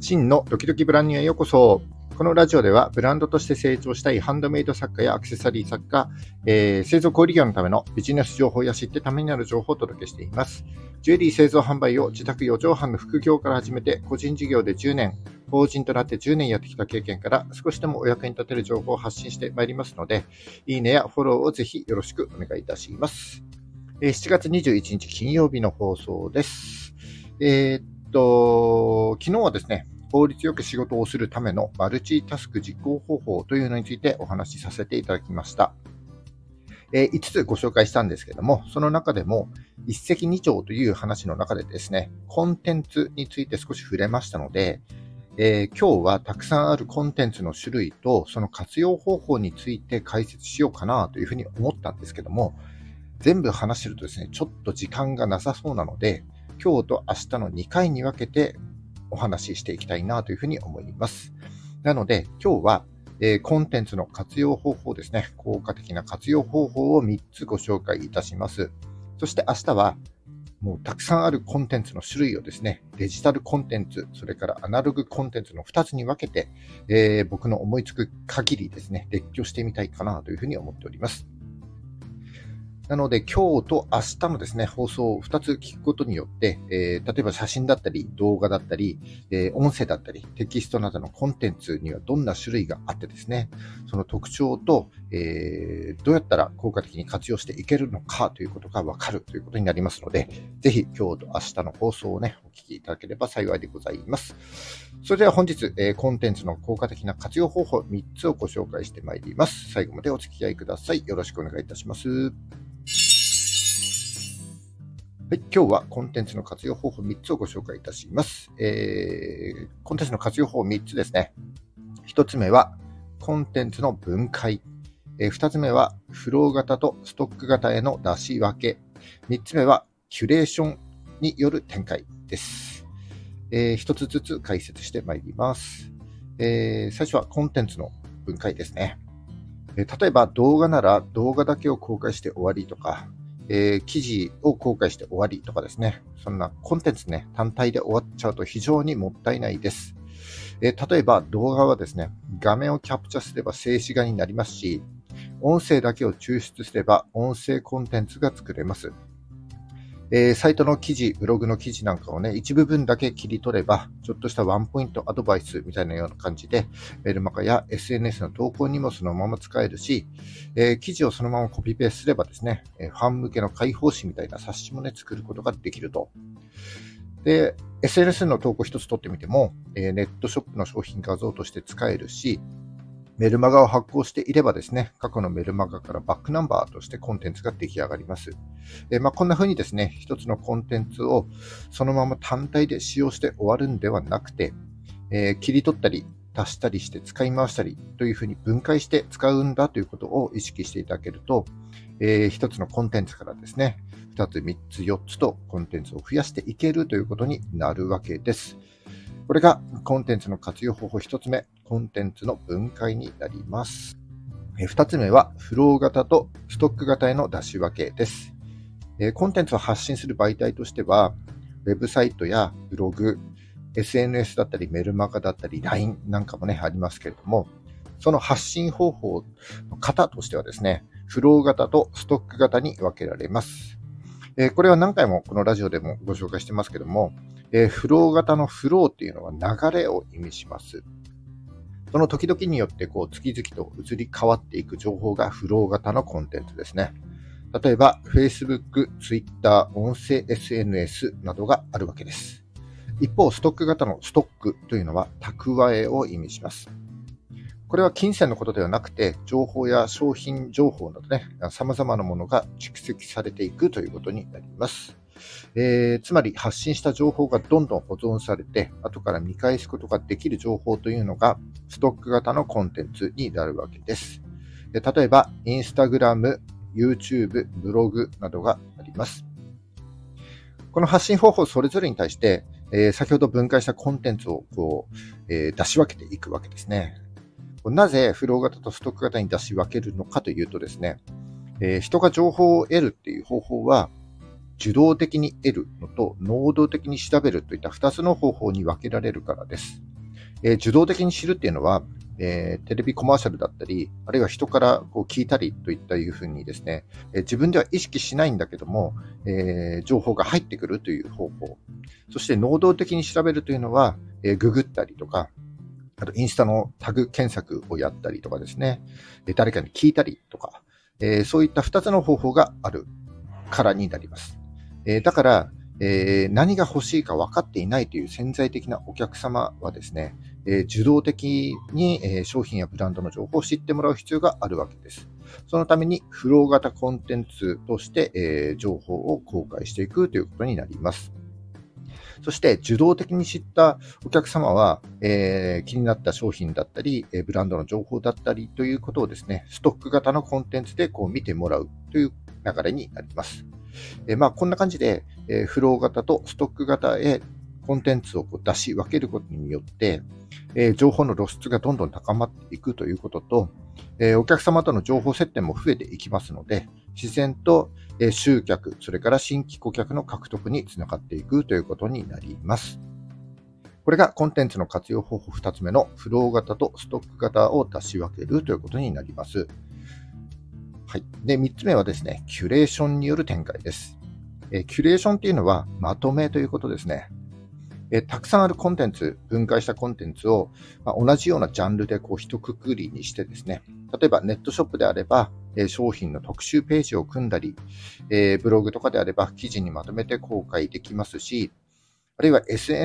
真のドキドキブランニューへようこそ。このラジオではブランドとして成長したいハンドメイド作家やアクセサリー作家、製造小売業のためのビジネス情報や知ってためになる情報をお届けしています。ジュエリー製造販売を自宅4畳半の副業から始めて個人事業で10年、法人となって10年やってきた経験から少しでもお役に立てる情報を発信してまいりますので、いいねやフォローをぜひよろしくお願いいたします。7月21日金曜日の放送です。昨日はですね、効率よく仕事をするためのマルチタスク実行方法というのについてお話しさせていただきました。5つご紹介したんですけども、その中でも一石二鳥という話の中でですね、コンテンツについて少し触れましたので、今日はたくさんあるコンテンツの種類とその活用方法について解説しようかなというふうに思ったんですけども、全部話してるとですね、ちょっと時間がなさそうなので、今日と明日の2回に分けてお話ししていきたいなというふうに思います。なので今日は、コンテンツの活用方法ですね、効果的な活用方法を3つご紹介いたします。そして明日はもうたくさんあるコンテンツの種類をですね、デジタルコンテンツ、それからアナログコンテンツの2つに分けて、僕の思いつく限りですね、列挙してみたいかなというふうに思っております。なので今日と明日のですね、放送を2つ聞くことによって、例えば写真だったり動画だったり、音声だったりテキストなどのコンテンツにはどんな種類があってですね、その特徴と、どうやったら効果的に活用していけるのかということがわかるということになりますので、ぜひ今日と明日の放送をね、お聞きいただければ幸いでございます。それでは本日、コンテンツの効果的な活用方法3つをご紹介してまいります。最後までお付き合いください。よろしくお願いいたします。はい、今日はコンテンツの活用方法3つをご紹介いたします。コンテンツの活用法3つですね。1つ目はコンテンツの分解。2つ目はフロー型とストック型への出し分け。3つ目はキュレーションによる展開です。1つずつ解説してまいります。最初はコンテンツの分解ですね。例えば動画なら動画だけを公開して終わりとか、記事を公開して終わりとかですね。そんなコンテンツね、単体で終わっちゃうと非常にもったいないです。例えば動画はですね、画面をキャプチャすれば静止画になりますし、音声だけを抽出すれば音声コンテンツが作れます。サイトの記事、ブログの記事なんかをね、一部分だけ切り取れば、ちょっとしたワンポイントアドバイスみたいなような感じで、メルマガや SNS の投稿にもそのまま使えるし、記事をそのままコピペすればですね、ファン向けの開放誌みたいな冊子もね、作ることができると。で、SNS の投稿一つ取ってみても、ネットショップの商品画像として使えるし、メルマガを発行していればですね、過去のメルマガからバックナンバーとしてコンテンツが出来上がります。こんな風にですね、一つのコンテンツをそのまま単体で使用して終わるんではなくて、切り取ったり足したりして使い回したりという風に分解して使うんだということを意識していただけると、一つのコンテンツからですね、2つ、3つ、4つとコンテンツを増やしていけるということになるわけです。これがコンテンツの活用方法1つ目、コンテンツの分解になります。2つ目はフロー型とストック型への出し分けです。コンテンツを発信する媒体としては、ウェブサイトやブログ、SNS だったりメルマガだったり LINE なんかもね、ありますけれども、その発信方法の型としてはですね、フロー型とストック型に分けられます。これは何回もこのラジオでもご紹介してますけども、フロー型のフローっていうのは流れを意味します。その時々によって次々と移り変わっていく情報がフロー型のコンテンツですね。例えば Facebook、Twitter、音声 SNS などがあるわけです。一方、ストック型のストックというのは蓄えを意味します。これは金銭のことではなくて、情報や商品情報などね、様々なものが蓄積されていくということになります。つまり発信した情報がどんどん保存されて、後から見返すことができる情報というのがストック型のコンテンツになるわけです。例えば、インスタグラム、YouTube、ブログなどがあります。この発信方法それぞれに対して、先ほど分解したコンテンツを出し分けていくわけですね。なぜフロー型とストック型に出し分けるのかというとですね、人が情報を得るっていう方法は、受動的に得るのと能動的に調べるといった2つの方法に分けられるからです。 受動的に知るっていうのは、テレビコマーシャルだったり、あるいは人からこう聞いたりといったいうふうにですね、自分では意識しないんだけども、情報が入ってくるという方法。そして能動的に調べるというのは、ググったりとか、あとインスタのタグ検索をやったりとかですね、誰かに聞いたりとか、そういった2つの方法があるからになります。だから、何が欲しいか分かっていないという潜在的なお客様はですね、受動的に、商品やブランドの情報を知ってもらう必要があるわけです。そのためにフロー型コンテンツとして、情報を公開していくということになります。そして受動的に知ったお客様は、気になった商品だったり、ブランドの情報だったりということをですね、ストック型のコンテンツでこう見てもらうという流れになります。こんな感じで、フロー型とストック型へコンテンツをこう出し分けることによって、情報の露出がどんどん高まっていくということと、お客様との情報接点も増えていきますので、自然と集客、それから新規顧客の獲得につながっていくということになります。これがコンテンツの活用方法2つ目のフロー型とストック型を出し分けるということになります。はい。で、3つ目はですね、キュレーションによる展開です。キュレーションっていうのはまとめということですね。たくさんあるコンテンツ、分解したコンテンツを、同じようなジャンルでこう一括りにしてですね、例えばネットショップであれば、商品の特集ページを組んだり、ブログとかであれば記事にまとめて公開できますし、あるいは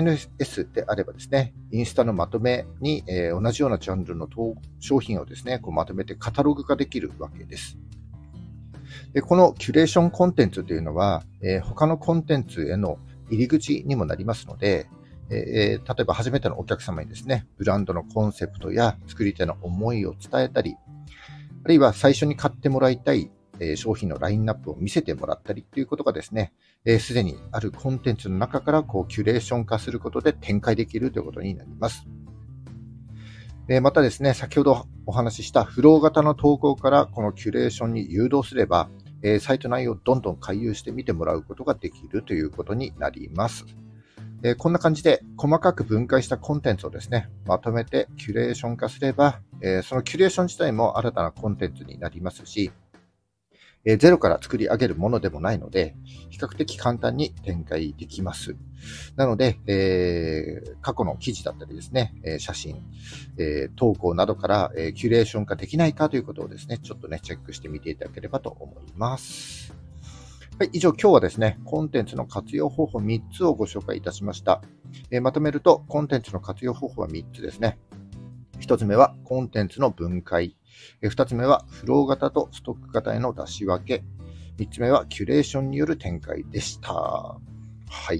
SNS であればですね、インスタのまとめに、同じようなジャンルの商品をですね、こうまとめてカタログ化できるわけです。で、このキュレーションコンテンツというのは、他のコンテンツへの入り口にもなりますので、例えば初めてのお客様にですね、ブランドのコンセプトや作り手の思いを伝えたり、あるいは最初に買ってもらいたい商品のラインナップを見せてもらったりということがですね、すでにあるコンテンツの中からこうキュレーション化することで展開できるということになります。またですね、先ほどお話ししたフロー型の投稿からこのキュレーションに誘導すれば、サイト内容をどんどん回遊して見てもらうことができるということになります。こんな感じで細かく分解したコンテンツをですね、まとめてキュレーション化すれば、そのキュレーション自体も新たなコンテンツになりますし、ゼロから作り上げるものでもないので、比較的簡単に展開できます。なので、過去の記事だったりですね、写真、投稿などから、キュレーション化できないかということをですね、ちょっとね、チェックしてみていただければと思います。はい、以上今日はですね、コンテンツの活用方法3つをご紹介いたしました。まとめると、コンテンツの活用方法は3つですね。1つ目はコンテンツの分解。2つ目はフロー型とストック型への出し分け。3つ目はキュレーションによる展開でした。はい。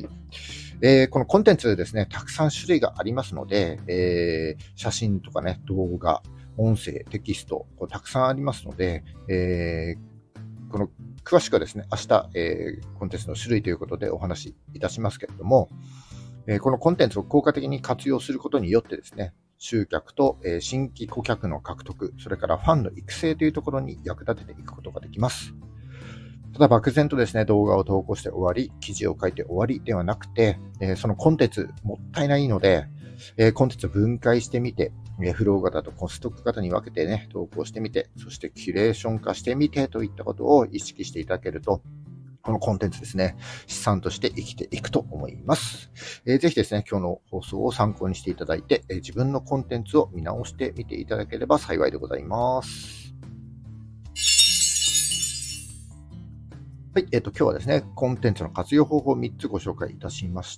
このコンテンツですね、たくさん種類がありますので、写真とかね、動画、音声、テキスト、たくさんありますので、この詳しくはですね、明日、コンテンツの種類ということでお話しいたしますけれども、このコンテンツを効果的に活用することによってですね、集客と新規顧客の獲得、それからファンの育成というところに役立てていくことができます。ただ漠然とですね、動画を投稿して終わり、記事を書いて終わりではなくて、そのコンテンツもったいないので、コンテンツを分解してみて、フロー型とストック型に分けてね、投稿してみて、そしてキュレーション化してみてといったことを意識していただけると、このコンテンツですね、資産として生きていくと思います。ぜひですね、今日の放送を参考にしていただいて、自分のコンテンツを見直してみていただければ幸いでございます。はい、今日はですね、コンテンツの活用方法を3つご紹介いたしました。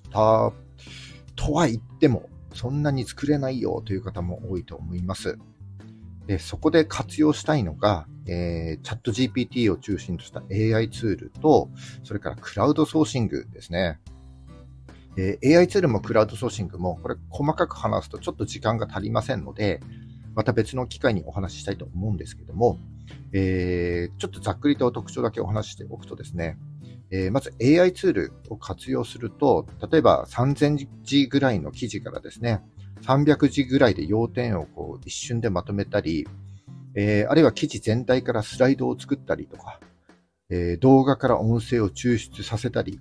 とは言っても、そんなに作れないよという方も多いと思います。で、そこで活用したいのが、チャット GPT を中心とした AI ツールと、それからクラウドソーシングですね。AI ツールもクラウドソーシングも、これ細かく話すとちょっと時間が足りませんので、また別の機会にお話ししたいと思うんですけども、ちょっとざっくりと特徴だけお話ししておくとですね、まず AI ツールを活用すると、例えば3000字ぐらいの記事からですね、300字ぐらいで要点をこう一瞬でまとめたり、あるいは記事全体からスライドを作ったりとか、動画から音声を抽出させたり、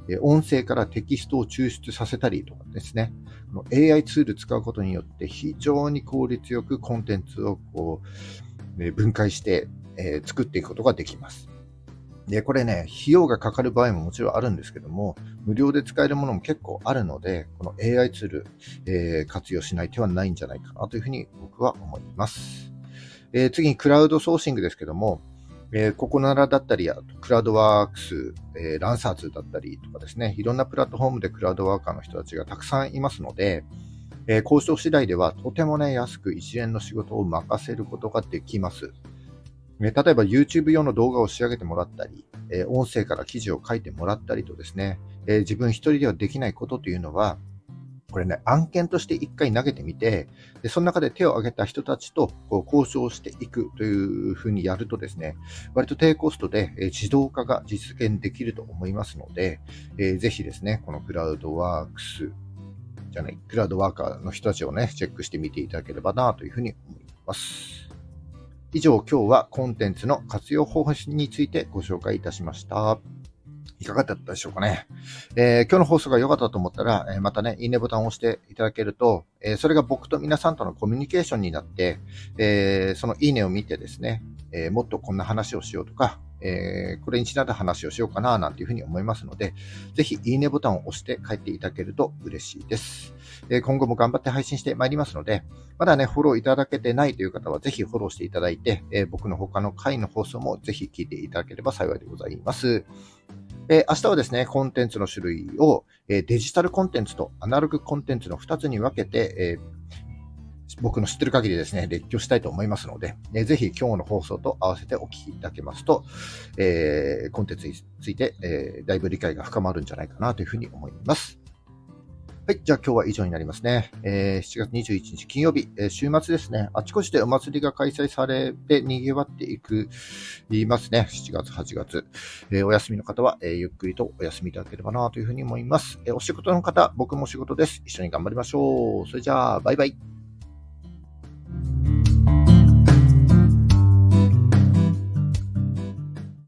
音声からテキストを抽出させたりとかですね、AI ツール使うことによって非常に効率よくコンテンツを分解して、作っていくことができます。で、これね、費用がかかる場合ももちろんあるんですけども、無料で使えるものも結構あるので、この AI ツール、活用しない手はないんじゃないかなというふうに僕は思います。次にクラウドソーシングですけども、ココナラだったり、あとクラウドワークス、ランサーズだったりとかですね、いろんなプラットフォームでクラウドワーカーの人たちがたくさんいますので、交渉次第ではとてもね、安く一連の仕事を任せることができます。例えば YouTube 用の動画を仕上げてもらったり、音声から記事を書いてもらったりとですね、自分一人ではできないことというのは、これね、案件として一回投げてみて、でその中で手を挙げた人たちと交渉していくというふうにやるとですね、割と低コストで自動化が実現できると思いますので、ぜひですね、このクラウドワーカーの人たちをね、チェックしてみていただければなというふうに思います。以上、今日はコンテンツの活用方法についてご紹介いたしました。いかがだったでしょうかね。今日の放送が良かったと思ったら、またね、いいねボタンを押していただけると、それが僕と皆さんとのコミュニケーションになって、そのいいねを見てですね、もっとこんな話をしようとか、これにちなんだ話をしようかななんていうふうに思いますので、ぜひいいねボタンを押して帰っていただけると嬉しいです。今後も頑張って配信してまいりますので、まだね、フォローいただけてないという方はぜひフォローしていただいて、僕の他の回の放送もぜひ聞いていただければ幸いでございます。明日はですね、コンテンツの種類をデジタルコンテンツとアナログコンテンツの2つに分けて、僕の知ってる限りですね、列挙したいと思いますので、ぜひ今日の放送と合わせてお聞きいただけますと、コンテンツについて、だいぶ理解が深まるんじゃないかなというふうに思います。はい。じゃあ今日は以上になりますね。7月21日金曜日、週末ですね。あちこちでお祭りが開催されて賑わっていますね。7月、8月。お休みの方は、ゆっくりとお休みいただければなというふうに思います。お仕事の方、僕も仕事です。一緒に頑張りましょう。それじゃあ、バイバイ。